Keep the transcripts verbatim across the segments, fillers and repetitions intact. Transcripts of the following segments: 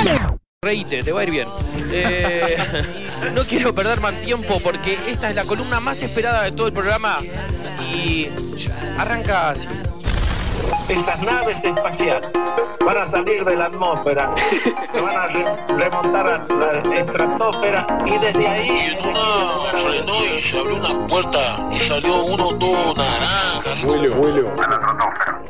Reíte, te va a ir bien. Eh, no quiero perder más tiempo porque esta es la columna más esperada de todo el programa y arranca así. Estas naves espaciales van a salir de la atmósfera, se van a re remontar a la estratosfera y desde ahí... Y en una frenó y se abrió una puerta y salió uno todo naranja. Vuelo, vuelo. A la estratosfera.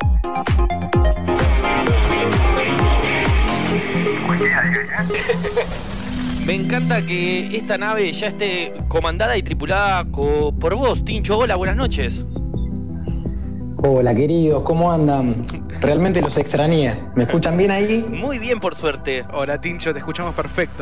Me encanta que esta nave ya esté comandada y tripulada por vos, Tincho. Hola, buenas noches. Hola, queridos, ¿cómo andan? Realmente los extrañé. ¿Me escuchan bien ahí? Muy bien, por suerte. Hola, Tincho, te escuchamos perfecto.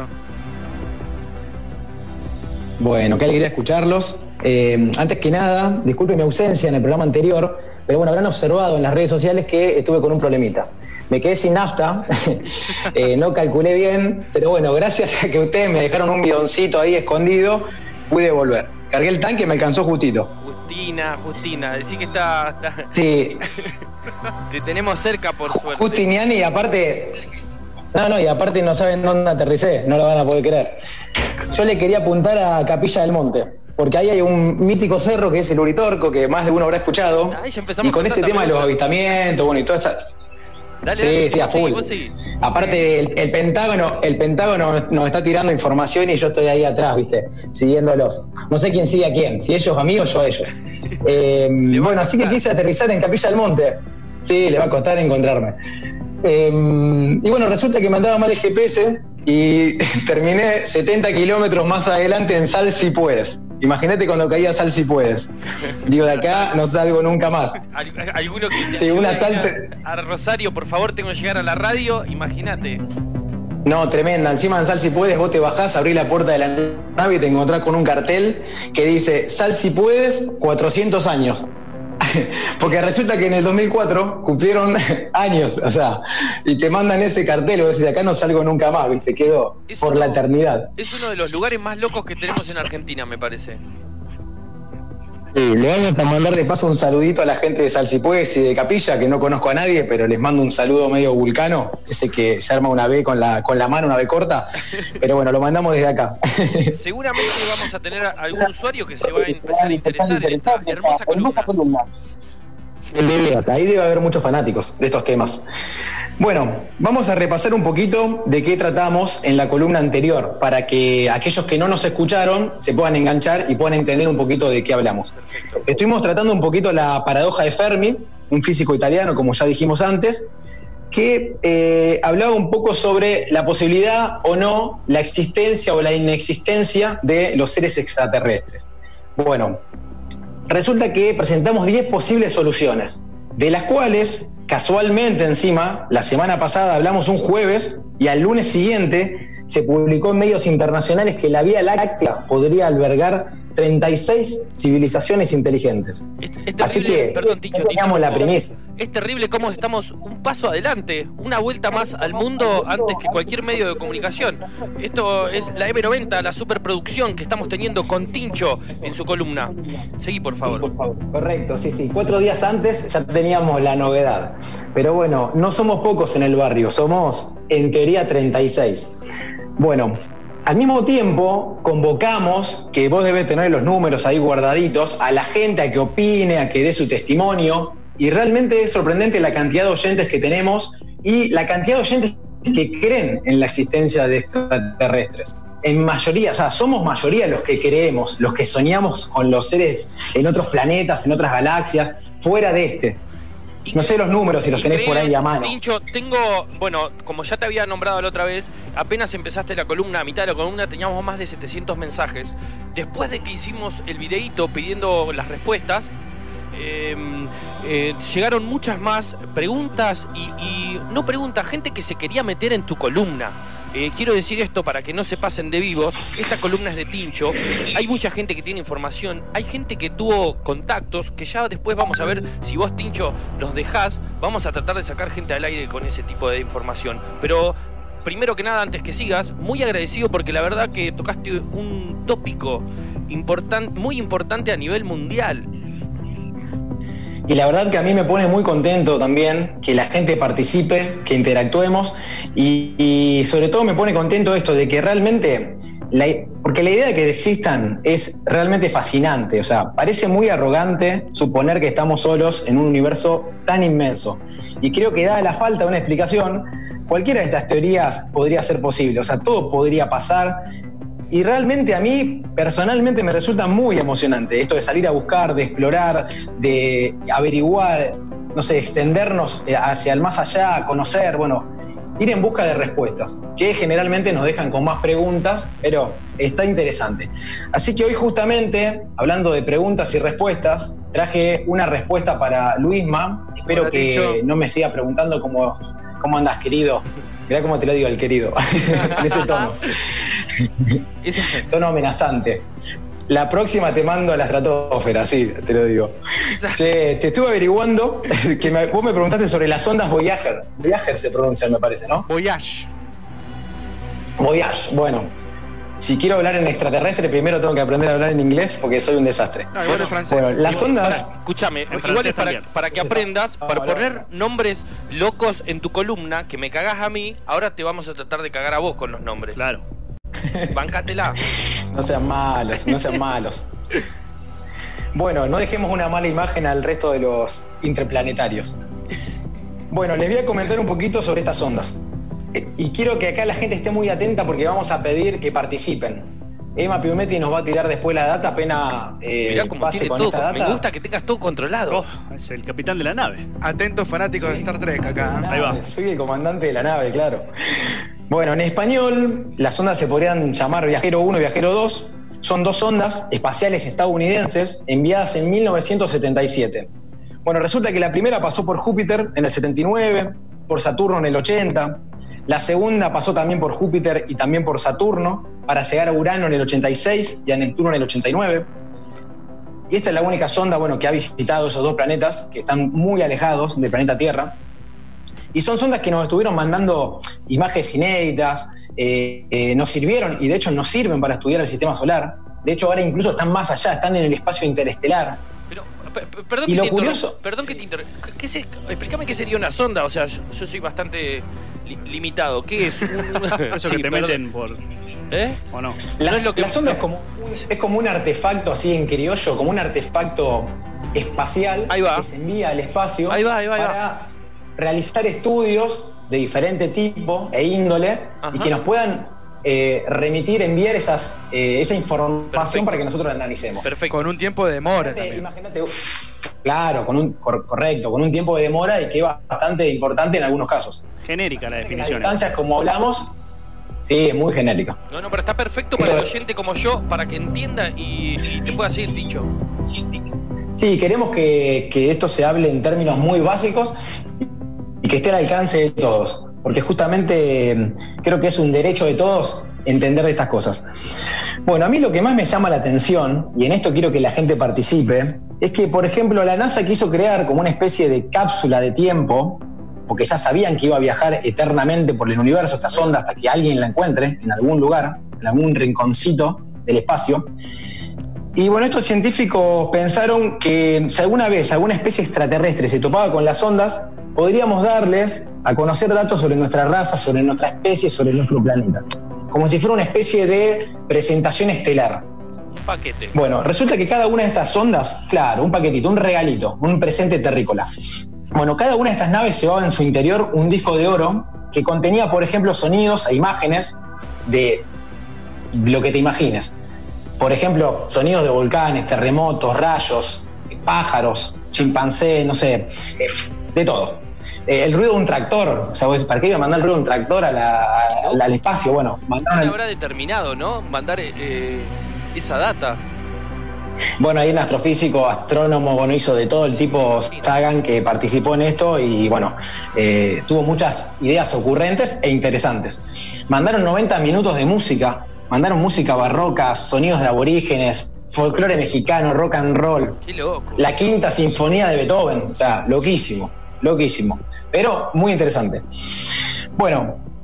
Bueno, qué alegría escucharlos. Eh, antes que nada, disculpen mi ausencia en el programa anterior, pero bueno, habrán observado en las redes sociales que estuve con un problemita. Me quedé sin nafta, eh, no calculé bien, pero bueno, gracias a que ustedes me dejaron un bidoncito ahí escondido, pude volver. Cargué el tanque y me alcanzó justito. Justina, Justina, decí que está... está... Sí. Te tenemos cerca, por suerte. Justiniani, y aparte... No, no, y aparte no saben dónde aterricé, no lo van a poder creer. Yo le quería apuntar a Capilla del Monte, porque ahí hay un mítico cerro que es el Uritorco, que más de uno habrá escuchado. Ahí ya empezamos y con este tema de los avistamientos, bueno, y toda esta... Dale, sí, dale, sí, a full. vos seguí, vos seguí. Aparte, el, el Pentágono, el Pentágono nos está tirando información y yo estoy ahí atrás, ¿viste? Siguiéndolos. No sé quién sigue a quién, si ellos a mí o yo a ellos. Eh, bueno, así que quise aterrizar en Capilla del Monte. Sí, le va a costar encontrarme. Eh, y bueno, resulta que me andaba mal el G P S y terminé setenta kilómetros más adelante en Sal Si Puedes. Imagínate cuando caía Sal Si Puedes. Digo, de acá no salgo nunca más. ¿Alguno que sí, un asalto a Rosario, por favor, tengo que llegar a la radio? Imagínate. No, tremenda. Encima en Sal Si Puedes vos te bajás, abrís la puerta de la nave y te encontrás con un cartel que dice Sal Si Puedes, cuatrocientos años. Porque resulta que en el dos mil cuatro cumplieron años, o sea, y te mandan ese cartel, vos decís, acá no salgo nunca más, ¿viste? Quedó es por uno, la eternidad. Es uno de los lugares más locos que tenemos en Argentina, me parece. Sí, le vamos a mandar de paso un saludito a la gente de Sal Si Puedes y de Capilla, que no conozco a nadie, pero les mando un saludo medio vulcano, ese que se arma una B con la, con la mano, una B corta, pero bueno, lo mandamos desde acá. Seguramente vamos a tener algún usuario que se va a empezar a interesar en esta hermosa columna. Ahí debe haber muchos fanáticos de estos temas. Bueno, vamos a repasar un poquito de qué tratamos en la columna anterior, para que aquellos que no nos escucharon se puedan enganchar y puedan entender un poquito de qué hablamos. Perfecto. Estuvimos tratando un poquito la paradoja de Fermi, un físico italiano, como ya dijimos antes, que eh, hablaba un poco sobre la posibilidad o no, la existencia o la inexistencia de los seres extraterrestres. Bueno, resulta que presentamos diez posibles soluciones, de las cuales, casualmente encima, la semana pasada hablamos un jueves y al lunes siguiente se publicó en medios internacionales que la Vía Láctea podría albergar treinta y seis civilizaciones inteligentes. Es, es terrible, así que, perdón, Tincho, teníamos la premisa. Es terrible cómo estamos un paso adelante, una vuelta más al mundo antes que cualquier medio de comunicación. Esto es la eme noventa, la superproducción que estamos teniendo con Tincho en su columna. Seguí, por favor. Correcto, sí, sí. Cuatro días antes ya teníamos la novedad. Pero bueno, no somos pocos en el barrio, somos, en teoría, treinta y seis. Bueno, al mismo tiempo convocamos, que vos debés tener los números ahí guardaditos, a la gente a que opine, a que dé su testimonio, y realmente es sorprendente la cantidad de oyentes que tenemos y la cantidad de oyentes que creen en la existencia de extraterrestres. En mayoría, o sea, somos mayoría los que creemos, los que soñamos con los seres en otros planetas, en otras galaxias, fuera de este. No sé los números si los tenés por ahí a mano. Tincho, tengo, bueno, como ya te había nombrado la otra vez, apenas empezaste la columna, a mitad de la columna teníamos más de setecientos mensajes. Después de que hicimos el videíto pidiendo las respuestas, eh, eh, llegaron muchas más preguntas y, y no preguntas, gente que se quería meter en tu columna. Eh, quiero decir esto para que no se pasen de vivos. Esta columna es de Tincho. Hay mucha gente que tiene información. Hay gente que tuvo contactos que ya después vamos a ver si vos, Tincho, los dejás. Vamos a tratar de sacar gente al aire con ese tipo de información. Pero primero que nada, antes que sigas, muy agradecido porque la verdad que tocaste un tópico importan- muy importante a nivel mundial. Y la verdad que a mí me pone muy contento también que la gente participe, que interactuemos Y, y sobre todo me pone contento esto de que realmente, la, porque la idea de que existan es realmente fascinante. O sea, parece muy arrogante suponer que estamos solos en un universo tan inmenso. Y creo que dada la falta de una explicación, cualquiera de estas teorías podría ser posible. O sea, todo podría pasar. Y realmente a mí, personalmente, me resulta muy emocionante esto de salir a buscar, de explorar, de averiguar, no sé, extendernos hacia el más allá, conocer, bueno, ir en busca de respuestas, que generalmente nos dejan con más preguntas, pero está interesante. Así que hoy justamente, hablando de preguntas y respuestas, traje una respuesta para Luisma. Espero Hola, que Ticho. No me siga preguntando cómo, cómo andas, querido. Mirá cómo te lo digo al querido, en ese tono. Tono amenazante. La próxima te mando a la estratosfera, sí, te lo digo. Che, te estuve averiguando, que me, vos me preguntaste sobre las ondas Voyager. Voyager se pronuncia, me parece, ¿no? Voyage. Voyage, bueno. Si quiero hablar en extraterrestre, primero tengo que aprender a hablar en inglés porque soy un desastre. No, igual es francés. Bueno, las ondas... Para, escúchame, igual es para, para que aprendas, para poner nombres locos en tu columna, que me cagás a mí, ahora te vamos a tratar de cagar a vos con los nombres. Claro. Bancátela. No sean malos, no sean malos. Bueno, no dejemos una mala imagen al resto de los interplanetarios. Bueno, les voy a comentar un poquito sobre estas ondas. Y quiero que acá la gente esté muy atenta porque vamos a pedir que participen. Emma Piumetti nos va a tirar después la data apenas eh, Mirá cómo pase tiene con todo. esta data. Me gusta que tengas todo controlado. Oh, es el capitán de la nave. Atentos fanáticos sí. de Star Trek acá. ¿eh? Ahí va. Soy el comandante de la nave, claro. Bueno, en español, las ondas se podrían llamar Viajero uno y Viajero dos. Son dos ondas espaciales estadounidenses enviadas en mil novecientos setenta y siete. Bueno, resulta que la primera pasó por Júpiter en el setenta y nueve, por Saturno en el ochenta. La segunda pasó también por Júpiter y también por Saturno, para llegar a Urano en el ochenta y seis y a Neptuno en el ochenta y nueve. Y esta es la única sonda, bueno, que ha visitado esos dos planetas, que están muy alejados del planeta Tierra. Y son sondas que nos estuvieron mandando imágenes inéditas, eh, eh, nos sirvieron, y de hecho nos sirven para estudiar el sistema solar. De hecho, ahora incluso están más allá, están en el espacio interestelar. Pero, perdón, y que lo te curioso, perdón sí. que te inter... ¿Qué se... Explícame qué sería una sonda. O sea, yo, yo soy bastante li limitado. ¿Qué es? Un... Eso sí, que te perdón. meten por... ¿Eh? ¿O no? La, no es lo que... la sonda es como, un, es como un artefacto así en criollo, como un artefacto espacial ahí va. que se envía al espacio ahí va, ahí va, ahí para va. realizar estudios de diferente tipo e índole. Ajá. Y que nos puedan eh, remitir, enviar esas, eh, esa información Perfecto. Para que nosotros la analicemos. Perfecto. Con un tiempo de demora imagínate, también. Imagínate, claro, con un, cor, correcto, con un tiempo de demora y que es bastante importante en algunos casos. Genérica la definición. Las distancias, como hablamos, sí, es muy genérica. No, no, pero está perfecto para el oyente como yo, para que entienda y, y te pueda seguir dicho. Sí, queremos que, que esto se hable en términos muy básicos y que esté al alcance de todos, porque justamente creo que es un derecho de todos entender de estas cosas. Bueno, a mí lo que más me llama la atención, y en esto quiero que la gente participe, es que, por ejemplo, la NASA quiso crear como una especie de cápsula de tiempo, porque ya sabían que iba a viajar eternamente por el universo esta sonda hasta que alguien la encuentre en algún lugar, en algún rinconcito del espacio. Y bueno, estos científicos pensaron que si alguna vez alguna especie extraterrestre se topaba con las ondas, podríamos darles a conocer datos sobre nuestra raza, sobre nuestra especie, sobre nuestro planeta. Como si fuera una especie de presentación estelar. Un paquete. Bueno, resulta que cada una de estas ondas, claro, un paquetito, un regalito, un presente terrícola. Bueno, cada una de estas naves llevaba en su interior un disco de oro que contenía, por ejemplo, sonidos e imágenes de lo que te imagines. Por ejemplo, sonidos de volcanes, terremotos, rayos, pájaros, chimpancé, no sé, de todo. El ruido de un tractor, o sea, ¿para qué iba a mandar el ruido de un tractor a la, a, al espacio? Bueno, mandaron... ¿Quién habrá determinado, no? Mandar eh, esa data. Bueno, hay un astrofísico, astrónomo, bueno, hizo de todo el tipo, Sagan, que participó en esto y bueno, eh, tuvo muchas ideas ocurrentes e interesantes. Mandaron noventa minutos de música, mandaron música barroca, sonidos de aborígenes, folclore mexicano, rock and roll. Qué loco. La quinta sinfonía de Beethoven, o sea, loquísimo, loquísimo, pero muy interesante. Bueno,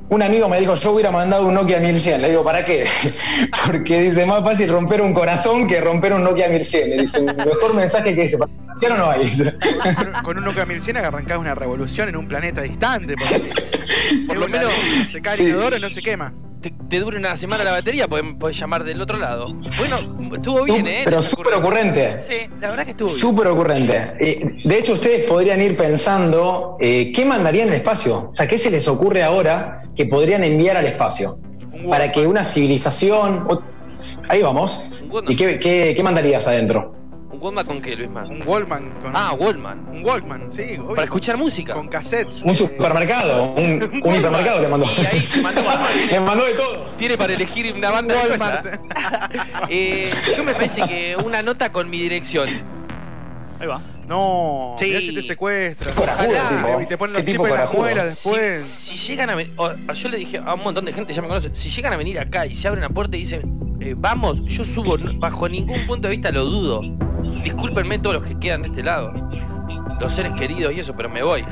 Un amigo me dijo, yo hubiera mandado un Nokia mil cien. Le digo, ¿para qué? Porque dice, más fácil romper un corazón que romper un Nokia mil cien. Le dice, mejor mensaje que dice, ¿para qué o no hay? Con, con un Nokia mil cien arrancás una revolución en un planeta distante. Porque Por lo menos se cae el Sí. inodoro y no se quema. te, te dure una semana la batería, podés, podés llamar del otro lado. Bueno, estuvo bien, ¿eh? Pero Esa súper ocurrente. Sí, la verdad que estuvo bien. Súper ocurrente. Eh, de hecho, ustedes podrían ir pensando eh, qué mandarían al espacio. O sea, ¿qué se les ocurre ahora que podrían enviar al espacio? Un Para que una civilización... o- Ahí vamos. Un Walkman. ¿Y qué, qué, qué mandarías adentro? ¿Un Walkman con qué, Luisma? Un Walkman. Con, Ah, Walkman. Un Walkman, sí, obvio. Para escuchar música. Con cassettes. Un eh, supermercado, un, un hipermercado le mandó. Y ahí se mandó Walkman. Le Tiene, mandó de todo. tiene para elegir una banda de cosas. Eh, yo me parece que una nota con mi dirección. Ahí va. No, Sí. mirá si te secuestran. Corajudo, Ojalá. tipo. Y te ponen Sí, los tipo chips en las corajudo. muelas Si, después. si llegan a venir, yo le dije a un montón de gente, ya me conoce, si llegan a venir acá y se abren la puerta y dicen, eh, vamos, yo subo, no- bajo ningún punto de vista lo dudo. Discúlpenme todos los que quedan de este lado, los seres queridos y eso, pero me voy.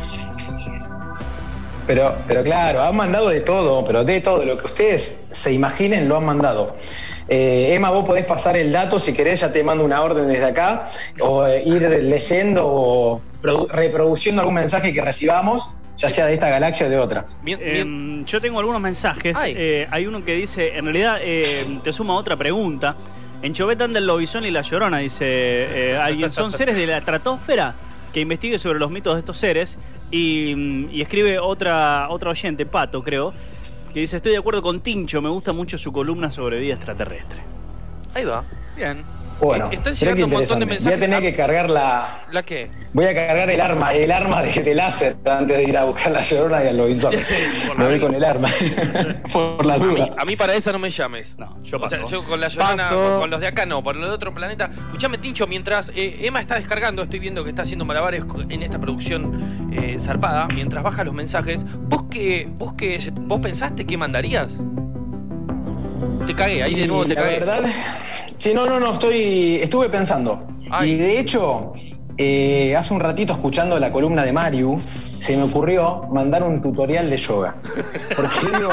Pero, pero claro, han mandado de todo, pero de todo, lo que ustedes se imaginen lo han mandado. Eh, Emma, vos podés pasar el dato si querés, ya te mando una orden desde acá, o eh, ir leyendo o produ- reproduciendo algún mensaje que recibamos, ya sea de esta galaxia o de otra. Bien, Eh, bien. yo tengo algunos mensajes. Ay. Eh, hay uno que dice, en realidad eh, te suma otra pregunta. En Chobet anda el lobizón y la llorona, dice eh, alguien. ¿Son seres de la estratosfera? Que investigue sobre los mitos de estos seres. Y, y escribe otra, otra oyente, Pato, creo, que dice, estoy de acuerdo con Tincho, me gusta mucho su columna sobre vida extraterrestre. Ahí va. Bien. Bueno, Eh, están mirá qué llegando un montón de interesante. Voy a mensajes. tener que cargar la... ¿La qué? Voy a cargar el arma, el arma de, de láser antes de ir a buscar la llorona y al lobizón. por Me la voy duda. con el arma. Por la A mí, duda. a mí para esa no me llames. No, yo O paso. sea, yo con la llorona, Paso. con, con los de acá no, por los de otro planeta. Escuchame, Tincho, mientras eh, Emma está descargando, estoy viendo que está haciendo malabares co- en esta producción eh, zarpada, mientras baja los mensajes. ¿Vos qué, vos qué, vos pensaste que mandarías? Te cagué, ahí de nuevo Y te la cagué. verdad, sí, no, no, no, estoy, estuve pensando. Ay. Y de hecho, eh, hace un ratito escuchando la columna de Mariu, se me ocurrió mandar un tutorial de yoga. Porque digo,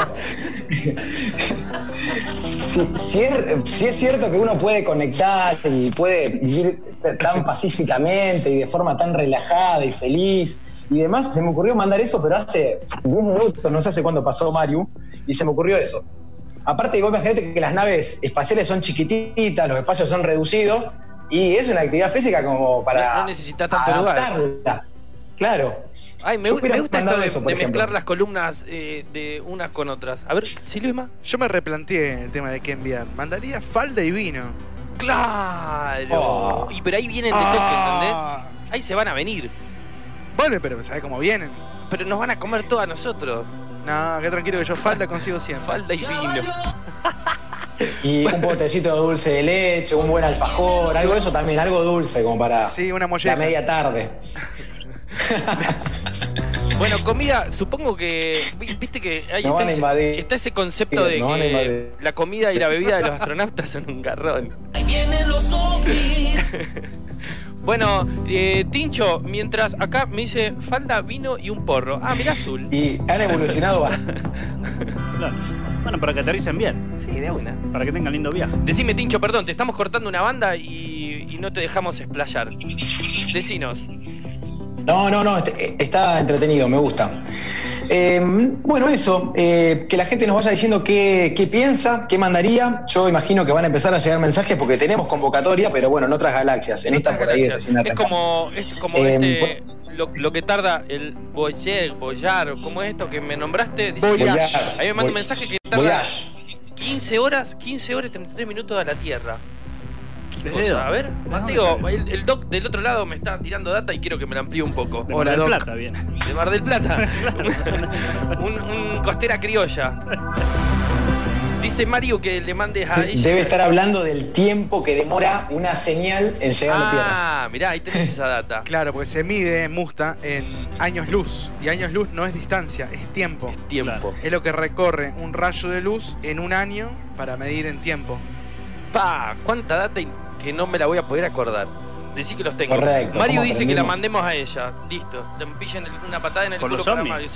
si, si es, si es cierto que uno puede conectar y puede vivir tan pacíficamente y de forma tan relajada y feliz y demás, se me ocurrió mandar eso, pero hace diez minutos, no sé hace cuándo pasó Mariu, y se me ocurrió eso. Aparte, vos imaginate que las naves espaciales son chiquititas, los espacios son reducidos, y es una actividad física como para No- no necesitas tanto lugar. adaptarla. Claro. Ay, me, Yo gu- hubiera me gusta esto mandado de, eso, por de ejemplo. mezclar las columnas eh, de unas con otras. A ver, ¿sí, Luisma? Yo me replanteé el tema de qué enviar. Mandaría falda y vino. ¡Claro! Oh. Y pero ahí vienen de toque, ¿entendés? Ah. Ahí se van a venir. Bueno, pero ¿sabés cómo vienen? Pero nos van a comer todos a nosotros. No, qué tranquilo que yo falda consigo siempre. Falda y vino. Y un potecito de dulce de leche, un buen alfajor, algo de eso también, algo dulce como para Sí, una la molleja. media tarde. Bueno, comida, supongo que. vi- Viste que ahí Nos está van a ese, invadir. está ese concepto de Nos van a que invadir. la comida y la bebida de los astronautas son un garrón. Ahí vienen los zombies. Bueno, eh, Tincho, mientras acá me dice falda, vino y un porro. Ah, mirá azul. Y han evolucionado bastante. Claro. Bueno, para que aterricen bien, Sí, de una. para que tengan lindo viaje. Decime, Tincho, perdón, te estamos cortando una banda y, y no te dejamos explayar. Decinos. No, no, no, este- está entretenido, me gusta. Eh, bueno, eso, eh, que la gente nos vaya diciendo qué, qué piensa, qué mandaría. Yo imagino que van a empezar a llegar mensajes porque tenemos convocatoria, pero bueno, en otras galaxias, en esta Muchas por ahí gracias. recién Es arrancamos. como, es como Eh, este, lo, lo que tarda el Voyager, Voyar, ¿cómo es esto que me nombraste? Dice que- Voyage. a mí me manda un Voy- mensaje que tarda Voyage. quince horas, quince horas y treinta y tres minutos a la Tierra. ¿Qué ¿Desde cosa? dónde? A ver, ¿De dónde Mateo, sale? el, el doc del otro lado me está tirando data y quiero que me la amplíe un poco. De Hola, Mar del Doc. Plata viene. De Mar del Plata. un, un costera criolla. Dice Mario que le mandes a ella. Debe estar hablando del tiempo que demora una señal en llegar a la Tierra. Ah, mirá, ahí tenés esa data. Claro, porque se mide Musta en años luz. Y años luz no es distancia, es tiempo. Tiempo. Claro. Es lo que recorre un rayo de luz en un año para medir en tiempo. Pa, cuánta data y que no me la voy a poder acordar. Decí que los tengo. Correcto, Mario ¿cómo dice que la aprendimos? mandemos a ella. Listo. Te pillen el- una patada en el ¿Con culo los para ovnis? Mario. Sí.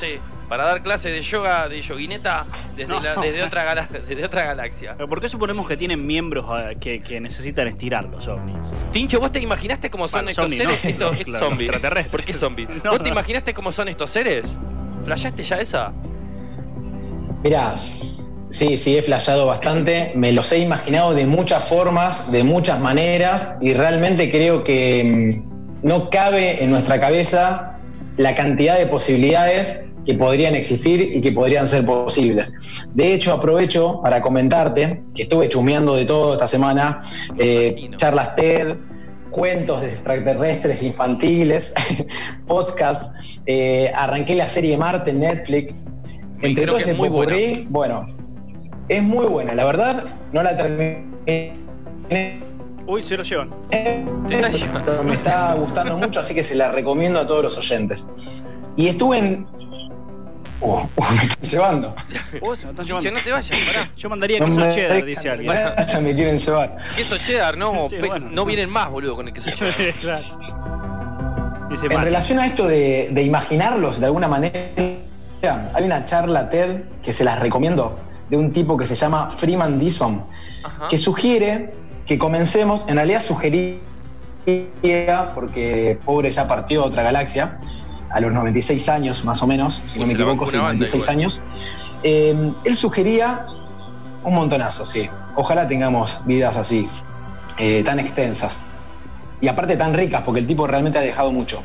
para dar clases de yoga, de yoguineta, desde, No. la- desde, otra, gala- desde otra galaxia. ¿Pero por qué suponemos que tienen miembros eh, que, que necesitan estirar los ovnis? Tincho, ¿vos te imaginaste cómo son Bueno, estos zombie, seres? ¿no? Estos, estos Claro, zombies. extraterrestres. ¿Por qué zombies? No, ¿Vos te no. imaginaste cómo son estos seres? ¿Flashaste ya esa? Mirá, sí, sí, he flasheado bastante, me los he imaginado de muchas formas, de muchas maneras, y realmente creo que mm, no cabe en nuestra cabeza la cantidad de posibilidades que podrían existir y que podrían ser posibles. De hecho, aprovecho para comentarte que estuve chusmeando de todo esta semana, eh, Imagino. charlas TED, cuentos de extraterrestres infantiles, podcast, eh, arranqué la serie Marte en Netflix. Me Entre dijeron todo que ese es muy buena. popurrí, bueno, es muy buena. La verdad, no la terminé, Uy, se lo llevan. Te está llevando. pero me está gustando mucho, así que se la recomiendo a todos los oyentes. Y estuve en... Uh, uh, me están llevando. Uy, se lo están Tincho, llevando. no te vayas, pará. Yo mandaría No queso me cheddar, dejan dice alguien. terminar, ya me quieren llevar. Queso cheddar, no, Sí, pe- bueno, no no vienen sé. más, boludo, con el queso cheddar. Claro. Dice, En mal. relación a esto de, de imaginarlos de alguna manera, hay una charla TED que se las recomiendo de un tipo que se llama Freeman Dyson, Ajá. que sugiere que comencemos, en realidad sugería, porque pobre ya partió a otra galaxia, a los noventa y seis años más o menos, si no Uy, me se la equivoco, bancó sí, una banda noventa y seis igual. años. Eh, él sugería un montonazo, sí. Ojalá tengamos vidas así, eh, tan extensas. Y aparte tan ricas, porque el tipo realmente ha dejado mucho.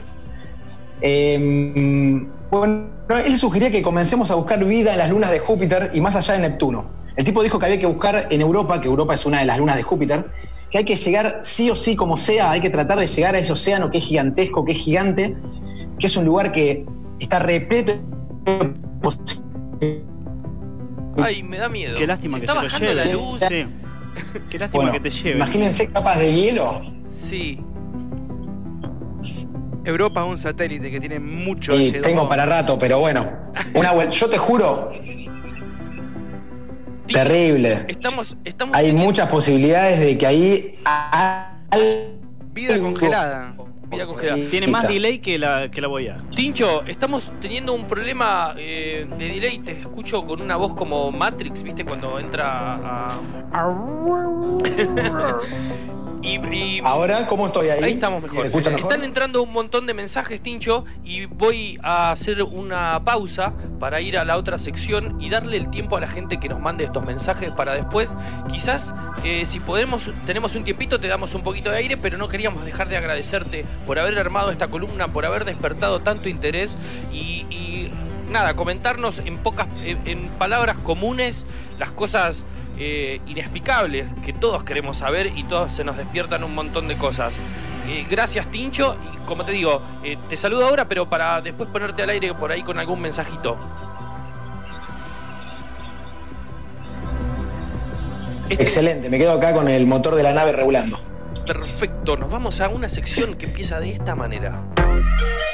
Eh, bueno, él sugería que comencemos a buscar vida en las lunas de Júpiter y más allá de Neptuno. El tipo dijo que había que buscar en Europa, que Europa es una de las lunas de Júpiter, que hay que llegar sí o sí como sea, hay que tratar de llegar a ese océano que es gigantesco, que es gigante, que es un lugar que está repleto de posibilidades. Ay, me da miedo. Qué lástima se que está se lo bajando lleve. la luz. Sí. Qué lástima Bueno, que te lleve. imagínense capas de hielo. Sí. Europa es un satélite que tiene mucho Y H dos O. tengo para rato, pero bueno. Una vuel- yo te juro, Tincho, terrible. Estamos, estamos Hay teniendo- muchas posibilidades de que ahí a- al- Vida congelada. Vida congelada. Tiene más delay que la, que la boya. Tincho, estamos teniendo un problema eh, de delay. Te escucho con una voz como Matrix, ¿viste? Cuando entra a... y, y- Ahora, ¿cómo estoy ahí? Ahí estamos mejor. ¿Se escucha mejor? Están entrando un montón de mensajes, Tincho, y voy a hacer una pausa para ir a la otra sección y darle el tiempo a la gente que nos mande estos mensajes para después. Quizás, eh, si podemos, tenemos un tiempito, te damos un poquito de aire, pero no queríamos dejar de agradecerte por haber armado esta columna, por haber despertado tanto interés y, y nada, comentarnos en pocas, en, en palabras comunes las cosas eh, inexplicables que todos queremos saber y todos se nos despiertan un montón de cosas. Eh, gracias, Tincho, y como te digo, eh, te saludo ahora, pero para después ponerte al aire por ahí con algún mensajito. Este- Excelente, me quedo acá con el motor de la nave regulando. Perfecto, nos vamos a una sección que empieza de esta manera.